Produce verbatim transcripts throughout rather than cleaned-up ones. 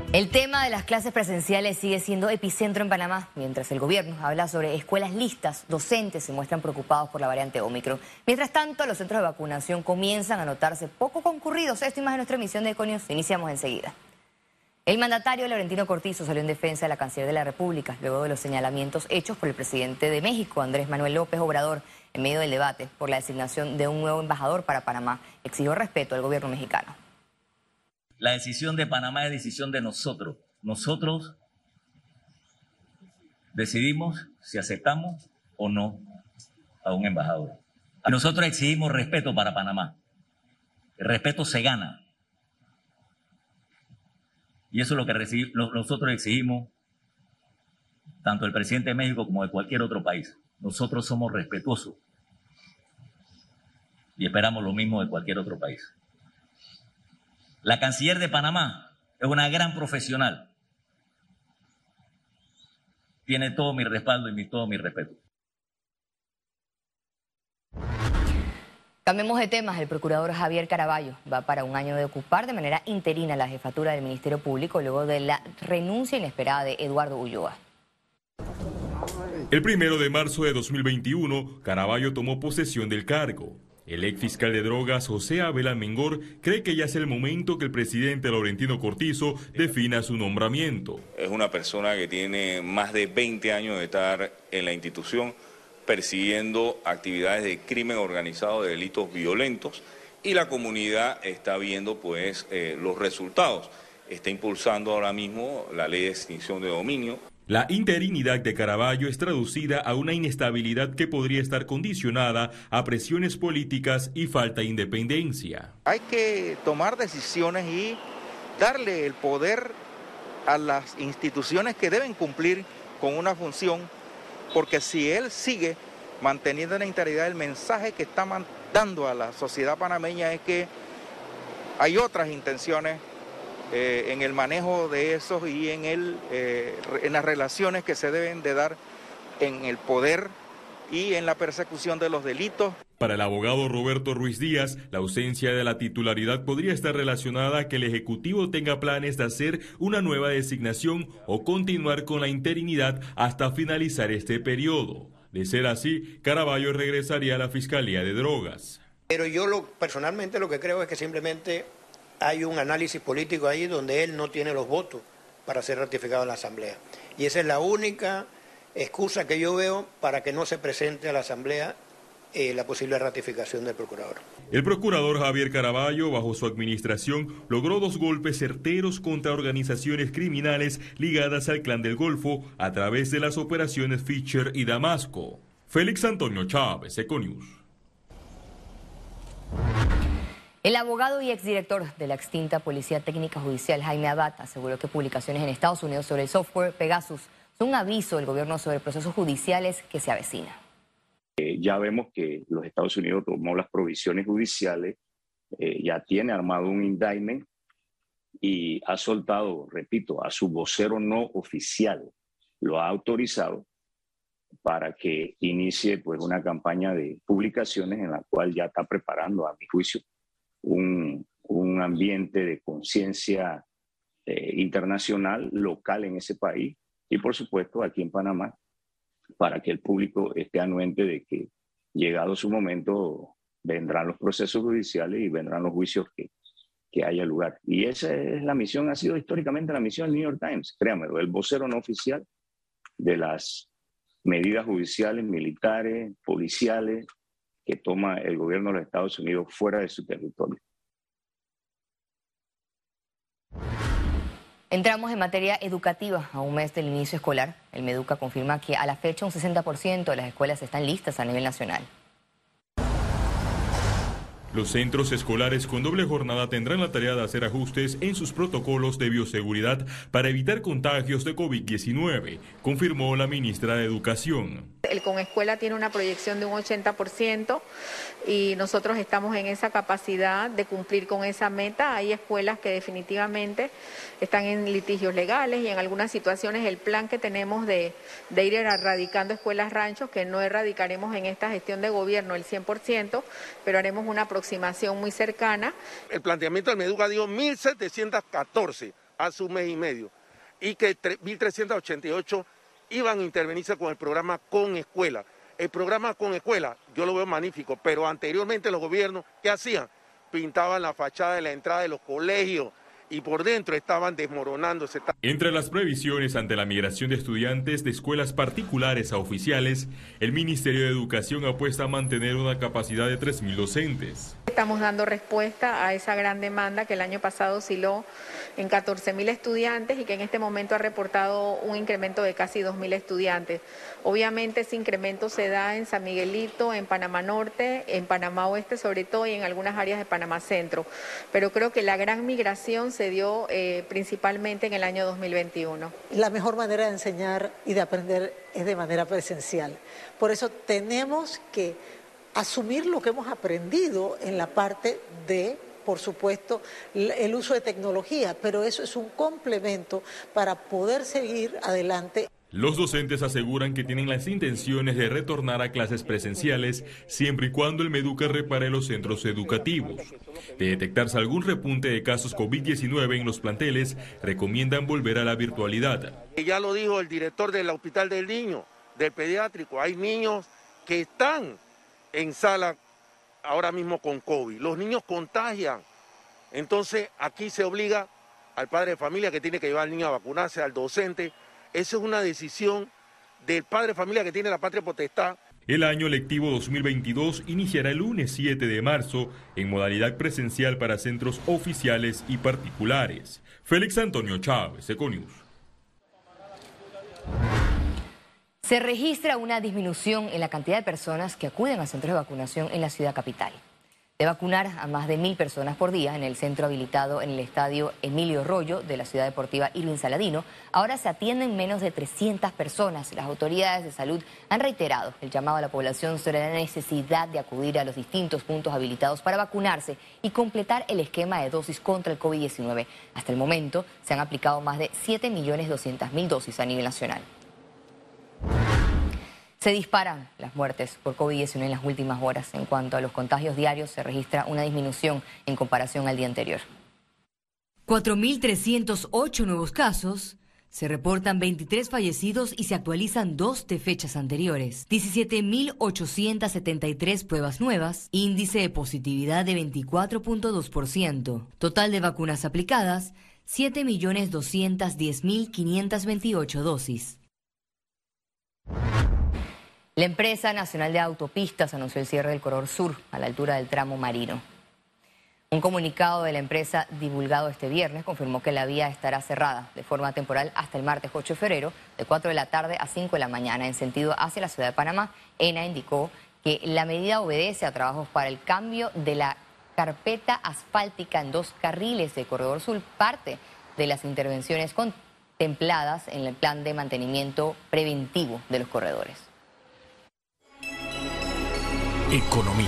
El tema de las clases presenciales sigue siendo epicentro en Panamá, mientras el gobierno habla sobre escuelas listas, docentes se muestran preocupados por la variante Ómicron. Mientras tanto, los centros de vacunación comienzan a notarse poco concurridos. Esto y más en nuestra emisión de Econius. Iniciamos enseguida. El mandatario Laurentino Cortizo salió en defensa de la canciller de la República, luego de los señalamientos hechos por el presidente de México, Andrés Manuel López Obrador, en medio del debate por la designación de un nuevo embajador para Panamá. Exigió respeto al gobierno mexicano. La decisión de Panamá es decisión de nosotros. Nosotros decidimos si aceptamos o no a un embajador. Nosotros exigimos respeto para Panamá. El respeto se gana. Y eso es lo que nosotros exigimos, tanto del presidente de México como de cualquier otro país. Nosotros somos respetuosos y esperamos lo mismo de cualquier otro país. La canciller de Panamá es una gran profesional. Tiene todo mi respaldo y mi, todo mi respeto. Cambiemos de temas. El procurador Javier Caraballo va para un año de ocupar de manera interina la jefatura del Ministerio Público luego de la renuncia inesperada de Eduardo Ulloa. El primero de marzo de dos mil veintiuno, Caraballo tomó posesión del cargo. El ex fiscal de drogas, José Abel Almengor, cree que ya es el momento que el presidente Laurentino Cortizo defina su nombramiento. Es una persona que tiene más de veinte años de estar en la institución persiguiendo actividades de crimen organizado, de delitos violentos, y la comunidad está viendo pues eh, los resultados. Está impulsando ahora mismo la ley de extinción de dominio. La interinidad de Caraballo es traducida a una inestabilidad que podría estar condicionada a presiones políticas y falta de independencia. Hay que tomar decisiones y darle el poder a las instituciones que deben cumplir con una función, porque si él sigue manteniendo la integridad, el mensaje que está dando a la sociedad panameña es que hay otras intenciones Eh, en el manejo de esos y en, el, eh, en las relaciones que se deben de dar en el poder y en la persecución de los delitos. Para el abogado Roberto Ruiz Díaz, la ausencia de la titularidad podría estar relacionada a que el Ejecutivo tenga planes de hacer una nueva designación o continuar con la interinidad hasta finalizar este periodo. De ser así, Caraballo regresaría a la Fiscalía de Drogas. Pero yo lo, personalmente lo que creo es que simplemente hay un análisis político ahí donde él no tiene los votos para ser ratificado en la Asamblea. Y esa es la única excusa que yo veo para que no se presente a la Asamblea eh, la posible ratificación del procurador. El procurador Javier Caraballo, bajo su administración, logró dos golpes certeros contra organizaciones criminales ligadas al Clan del Golfo a través de las operaciones Fisher y Damasco. Félix Antonio Chávez, Econius. El abogado y exdirector de la extinta Policía Técnica Judicial, Jaime Abad, aseguró que publicaciones en Estados Unidos sobre el software Pegasus son un aviso del gobierno sobre procesos judiciales que se avecina. Eh, ya vemos que los Estados Unidos tomó las provisiones judiciales, eh, ya tiene armado un indictment y ha soltado, repito, a su vocero no oficial, lo ha autorizado para que inicie pues, una campaña de publicaciones en la cual ya está preparando, a mi juicio, Un, un ambiente de conciencia eh, internacional, local en ese país y por supuesto aquí en Panamá, para que el público esté anuente de que llegado su momento vendrán los procesos judiciales y vendrán los juicios que, que haya lugar. Y esa es la misión, ha sido históricamente la misión del New York Times, créanme, el vocero no oficial de las medidas judiciales, militares, policiales, que toma el gobierno de los Estados Unidos fuera de su territorio. Entramos en materia educativa a un mes del inicio escolar. El Meduca confirma que a la fecha un sesenta por ciento de las escuelas están listas a nivel nacional. Los centros escolares con doble jornada tendrán la tarea de hacer ajustes en sus protocolos de bioseguridad para evitar contagios de COVID diecinueve, confirmó la ministra de Educación. El Conescuela tiene una proyección de un ochenta por ciento y nosotros estamos en esa capacidad de cumplir con esa meta. Hay escuelas que definitivamente están en litigios legales y en algunas situaciones el plan que tenemos de, de ir erradicando escuelas ranchos, que no erradicaremos en esta gestión de gobierno el cien por ciento, pero haremos una aproximación muy cercana. El planteamiento del Meduca dio mil setecientos catorce hace un mes y medio, y que mil trescientos ochenta y ocho iban a intervenirse con el programa Con Escuela. El programa Con Escuela, yo lo veo magnífico, pero anteriormente los gobiernos, ¿qué hacían? Pintaban la fachada de la entrada de los colegios y por dentro estaban desmoronándose. Entre las previsiones ante la migración de estudiantes de escuelas particulares a oficiales, el Ministerio de Educación apuesta a mantener una capacidad de tres mil docentes. Estamos dando respuesta a esa gran demanda que el año pasado osciló en catorce mil estudiantes y que en este momento ha reportado un incremento de casi dos mil estudiantes. Obviamente ese incremento se da en San Miguelito, en Panamá Norte, en Panamá Oeste sobre todo y en algunas áreas de Panamá Centro. Pero creo que la gran migración se dio eh, principalmente en el año dos mil veintiuno. La mejor manera de enseñar y de aprender es de manera presencial. Por eso tenemos que asumir lo que hemos aprendido en la parte de, por supuesto, el uso de tecnología, pero eso es un complemento para poder seguir adelante. Los docentes aseguran que tienen las intenciones de retornar a clases presenciales siempre y cuando el MEDUCA repare los centros educativos. De detectarse algún repunte de casos COVID diecinueve en los planteles, recomiendan volver a la virtualidad. Ya lo dijo el director del Hospital del Niño, del pediátrico, hay niños que están en sala ahora mismo con COVID. Los niños contagian. Entonces aquí se obliga al padre de familia que tiene que llevar al niño a vacunarse, al docente. Esa es una decisión del padre de familia que tiene la patria potestad. El año lectivo dos mil veintidós iniciará el lunes siete de marzo en modalidad presencial para centros oficiales y particulares. Félix Antonio Chávez, Econius. Se registra una disminución en la cantidad de personas que acuden a centros de vacunación en la ciudad capital. De vacunar a más de mil personas por día en el centro habilitado en el estadio Emilio Rollo de la ciudad deportiva Irving Saladino, ahora se atienden menos de trescientas personas. Las autoridades de salud han reiterado el llamado a la población sobre la necesidad de acudir a los distintos puntos habilitados para vacunarse y completar el esquema de dosis contra el COVID diecinueve. Hasta el momento se han aplicado más de siete millones doscientas mil dosis a nivel nacional. Se disparan las muertes por COVID diecinueve en las últimas horas. En cuanto a los contagios diarios, se registra una disminución en comparación al día anterior. cuatro mil trescientos ocho nuevos casos, se reportan veintitrés fallecidos y se actualizan dos de fechas anteriores. diecisiete mil ochocientas setenta y tres pruebas nuevas, índice de positividad de veinticuatro punto dos por ciento. Total de vacunas aplicadas, siete millones doscientas diez mil quinientas veintiocho dosis. La empresa nacional de autopistas anunció el cierre del corredor sur a la altura del tramo Marino. Un comunicado de la empresa divulgado este viernes confirmó que la vía estará cerrada de forma temporal hasta el martes ocho de febrero de cuatro de la tarde a cinco de la mañana en sentido hacia la ciudad de Panamá. ENA indicó que la medida obedece a trabajos para el cambio de la carpeta asfáltica en dos carriles del corredor sur, parte de las intervenciones contempladas en el plan de mantenimiento preventivo de los corredores. Economía.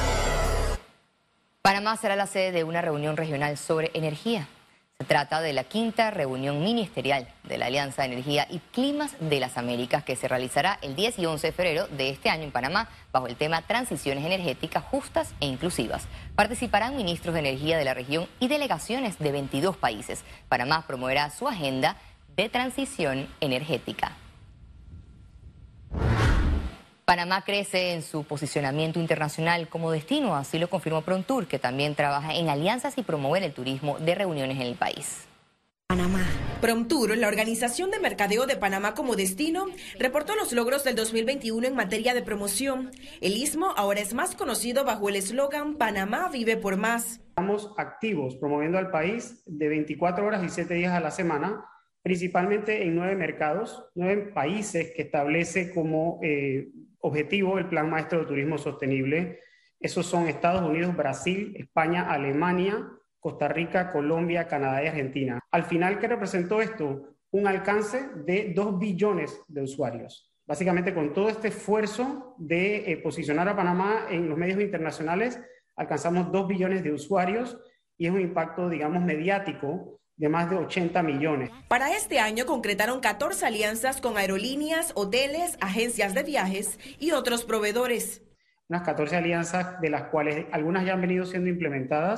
Panamá será la sede de una reunión regional sobre energía. Se trata de la quinta reunión ministerial de la Alianza de Energía y Climas de las Américas que se realizará el diez y once de febrero de este año en Panamá bajo el tema Transiciones energéticas justas e inclusivas. Participarán ministros de energía de la región y delegaciones de veintidós países. Panamá promoverá su agenda de transición energética. Panamá crece en su posicionamiento internacional como destino, así lo confirmó Prontour, que también trabaja en alianzas y promueve el turismo de reuniones en el país. Panamá. Promtur, la organización de mercadeo de Panamá como destino, reportó los logros del dos mil veintiuno en materia de promoción. El istmo ahora es más conocido bajo el eslogan Panamá vive por más. Estamos activos promoviendo al país de veinticuatro horas y siete días a la semana, principalmente en nueve mercados, nueve países que establece como eh, objetivo el Plan Maestro de Turismo Sostenible. Esos son Estados Unidos, Brasil, España, Alemania, Costa Rica, Colombia, Canadá y Argentina. Al final, ¿qué representó esto? Un alcance de dos billones de usuarios. Básicamente, con todo este esfuerzo de eh, posicionar a Panamá en los medios internacionales, alcanzamos dos billones de usuarios y es un impacto, digamos, mediático de más de ochenta millones. Para este año concretaron catorce alianzas con aerolíneas, hoteles, agencias de viajes y otros proveedores. Unas catorce alianzas de las cuales algunas ya han venido siendo implementadas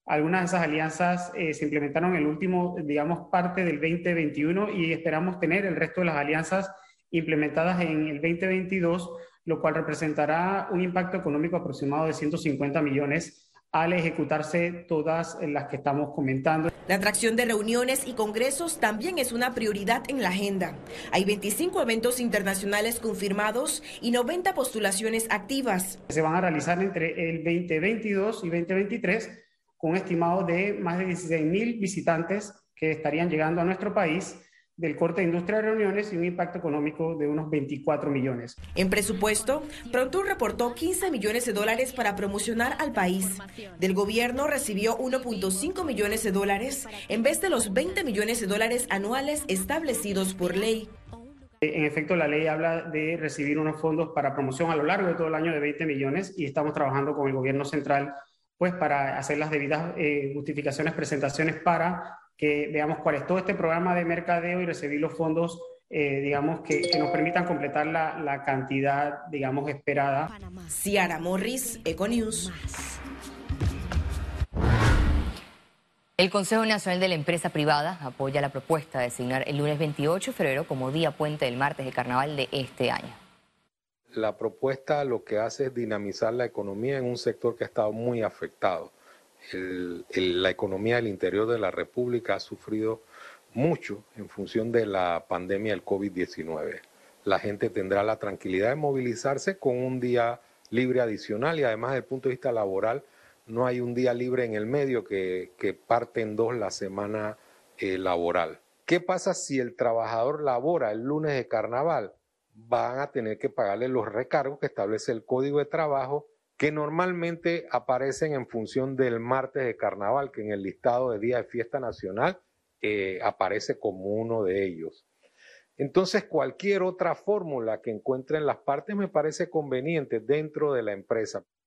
Algunas de esas alianzas eh, se implementaron en el último, digamos, parte del veinte veintiuno y esperamos tener el resto de las alianzas implementadas en el veinte veintidós, lo cual representará un impacto económico aproximado de ciento cincuenta millones al ejecutarse todas las que estamos comentando. La atracción de reuniones y congresos también es una prioridad en la agenda. Hay veinticinco eventos internacionales confirmados y noventa postulaciones activas. Se van a realizar entre el veinte veintidós y veinte veintitrés con un estimado de más de dieciséis mil visitantes que estarían llegando a nuestro país, del corte de industria de reuniones y un impacto económico de unos veinticuatro millones. En presupuesto, Prontur reportó quince millones de dólares para promocionar al país. Del gobierno recibió uno punto cinco millones de dólares en vez de los veinte millones de dólares anuales establecidos por ley. En efecto, la ley habla de recibir unos fondos para promoción a lo largo de todo el año de veinte millones y estamos trabajando con el gobierno central pues para hacer las debidas eh, justificaciones, presentaciones para que veamos cuál es todo este programa de mercadeo y recibir los fondos, eh, digamos, que, que nos permitan completar la, la cantidad, digamos, esperada. Ciara Morris, Econews. El Consejo Nacional de la Empresa Privada apoya la propuesta de designar el lunes veintiocho de febrero como día puente del martes de carnaval de este año. La propuesta lo que hace es dinamizar la economía en un sector que ha estado muy afectado. El, el, la economía del interior de la República ha sufrido mucho en función de la pandemia del COVID diecinueve. La gente tendrá la tranquilidad de movilizarse con un día libre adicional y además desde el punto de vista laboral no hay un día libre en el medio que, que parte en dos la semana eh, laboral. ¿Qué pasa si el trabajador labora el lunes de carnaval? Van a tener que pagarle los recargos que establece el Código de Trabajo, que normalmente aparecen en función del martes de carnaval, que en el listado de días de fiesta nacional eh, aparece como uno de ellos. Entonces, cualquier otra fórmula que encuentren las partes me parece conveniente dentro de la empresa.